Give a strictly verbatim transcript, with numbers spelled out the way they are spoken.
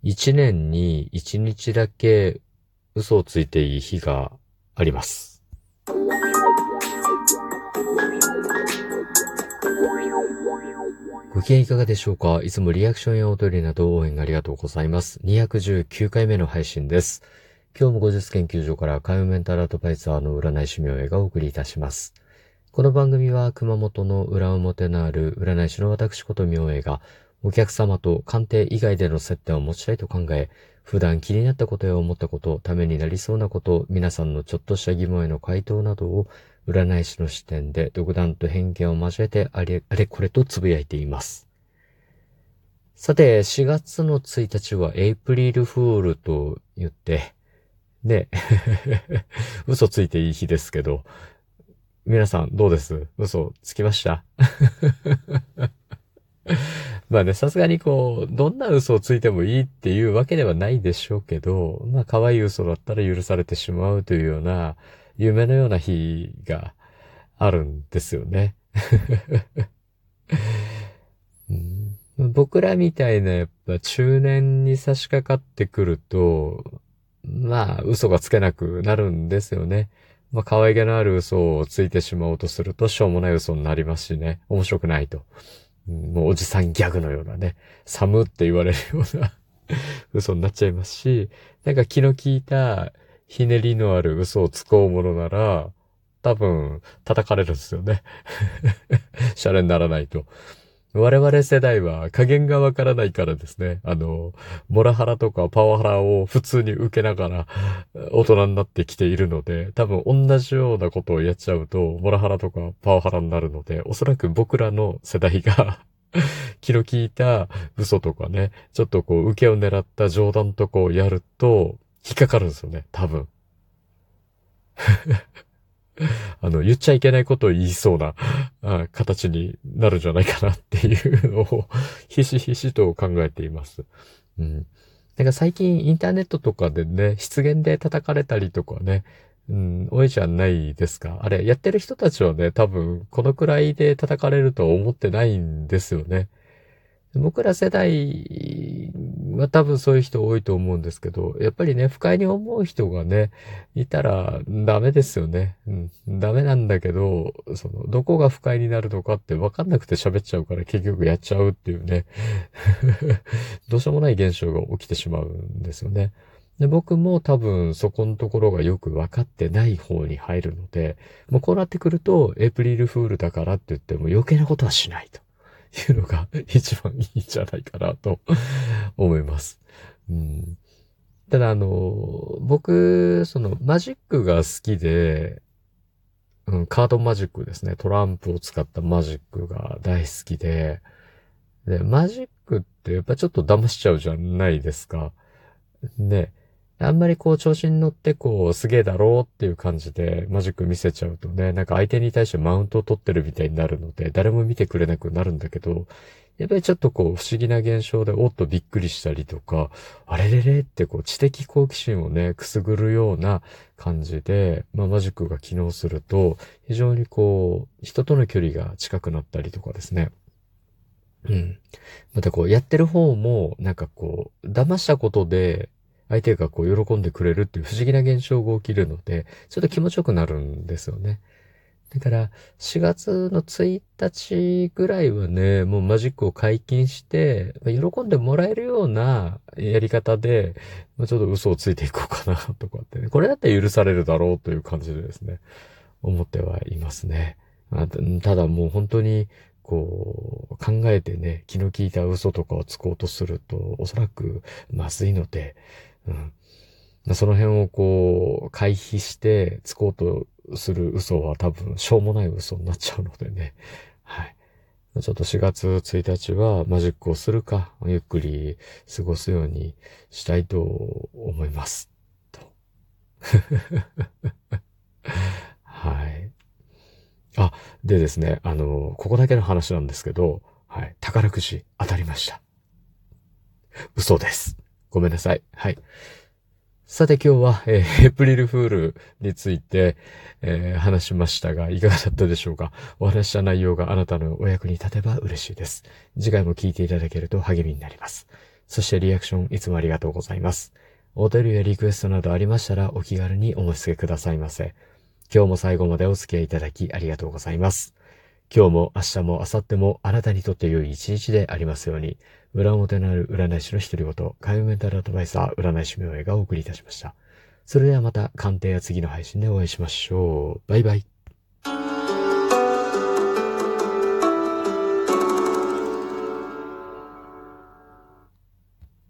一年に一日だけ嘘をついていい日があります。ご機嫌いかがでしょうか？いつもリアクションやお便りなど応援ありがとうございます。にひゃくじゅうきゅうかいめの配信です。今日も後日研究所から開運メンタルアドバイザーの占い師明恵がお送りいたします。この番組は熊本の裏表のある占い師の私こと明恵がお客様と鑑定以外での接点を持ちたいと考え、普段気になったことや思ったこと、ためになりそうなこと、皆さんのちょっとした疑問への回答などを占い師の視点で独断と偏見を交えてあれあれこれとつぶやいています。さて、しがつのついたちはエイプリルフールと言って、ね、嘘ついていい日ですけど、皆さんどうです？嘘つきました？まあね、さすがにこう、どんな嘘をついてもいいっていうわけではないでしょうけど、まあ可愛い嘘だったら許されてしまうというような、夢のような日があるんですよね。うん、僕らみたいなやっぱ中年に差し掛かってくると、まあ嘘がつけなくなるんですよね。まあ可愛げのある嘘をついてしまおうとするとしょうもない嘘になりますしね。面白くないと。もうおじさんギャグのようなね、寒って言われるような嘘になっちゃいますし、なんか気の利いたひねりのある嘘をつこうものなら、多分叩かれるんですよね。シャレにならないと。我々世代は加減がわからないからですね。あの、モラハラとかパワハラを普通に受けながら大人になってきているので、多分同じようなことをやっちゃうと、モラハラとかパワハラになるので、おそらく僕らの世代が気の利いた嘘とかね、ちょっとこう受けを狙った冗談とかをやると、引っかかるんですよね、多分。あの、言っちゃいけないことを言いそうなあ形になるんじゃないかなっていうのをひしひしと考えています。うん。なんか最近インターネットとかでね、失言で叩かれたりとかね、うん、多いじゃないですか。あれ、やってる人たちはね、多分このくらいで叩かれるとは思ってないんですよね。僕ら世代は多分そういう人多いと思うんですけど、やっぱりね、不快に思う人がね、いたらダメですよね。うん。ダメなんだけど、その、どこが不快になるのかって分かんなくて喋っちゃうから結局やっちゃうっていうね。どうしようもない現象が起きてしまうんですよね。で、僕も多分そこのところがよく分かってない方に入るので、もうこうなってくると、エイプリルフールだからって言っても余計なことはしないと。いうのが一番いいんじゃないかなと思います。うん、ただあの、僕、そのマジックが好きで、うん、カードマジックですね。トランプを使ったマジックが大好きで、で、マジックってやっぱちょっと騙しちゃうじゃないですか。ね。あんまりこう調子に乗ってこうすげえだろうっていう感じでマジック見せちゃうとね、なんか相手に対してマウントを取ってるみたいになるので、誰も見てくれなくなるんだけど、やっぱりちょっとこう不思議な現象でおっとびっくりしたりとか、あれれれってこう知的好奇心をね、くすぐるような感じで、まあマジックが機能すると、非常にこう人との距離が近くなったりとかですね。うん。またこうやってる方もなんかこう騙したことで相手がこう喜んでくれるっていう不思議な現象が起きるので、ちょっと気持ちよくなるんですよね。だからしがつのついたちぐらいはね、もうマジックを解禁して、喜んでもらえるようなやり方で、ちょっと嘘をついていこうかなとかってね。これだって許されるだろうという感じでですね、思ってはいますね。ただもう本当にこう考えてね、気の利いた嘘とかをつこうとすると、おそらくまずいので、うん、その辺をこう回避してつこうとする嘘は多分しょうもない嘘になっちゃうのでね。はい。ちょっとしがつついたちはマジックをするか、ゆっくり過ごすようにしたいと思います。とはい。あ、でですね、あの、ここだけの話なんですけど、はい。宝くじ当たりました。嘘です。ごめんなさい。はい。さて今日は、えー、エイプリルフールについて、えー、話しましたが、いかがだったでしょうか？お話した内容があなたのお役に立てば嬉しいです。次回も聞いていただけると励みになります。 そしてリアクションいつもありがとうございます。お便りやリクエストなどありましたらお気軽にお申し付けくださいませ。今日も最後までお付き合いいただきありがとうございます。今日も明日も明後日もあなたにとって良い一日でありますように、裏表のある占い師の独り言、開運メンタルアドバイザー占い師明恵がお送りいたしました。それではまた鑑定や次の配信でお会いしましょう。バイバイ。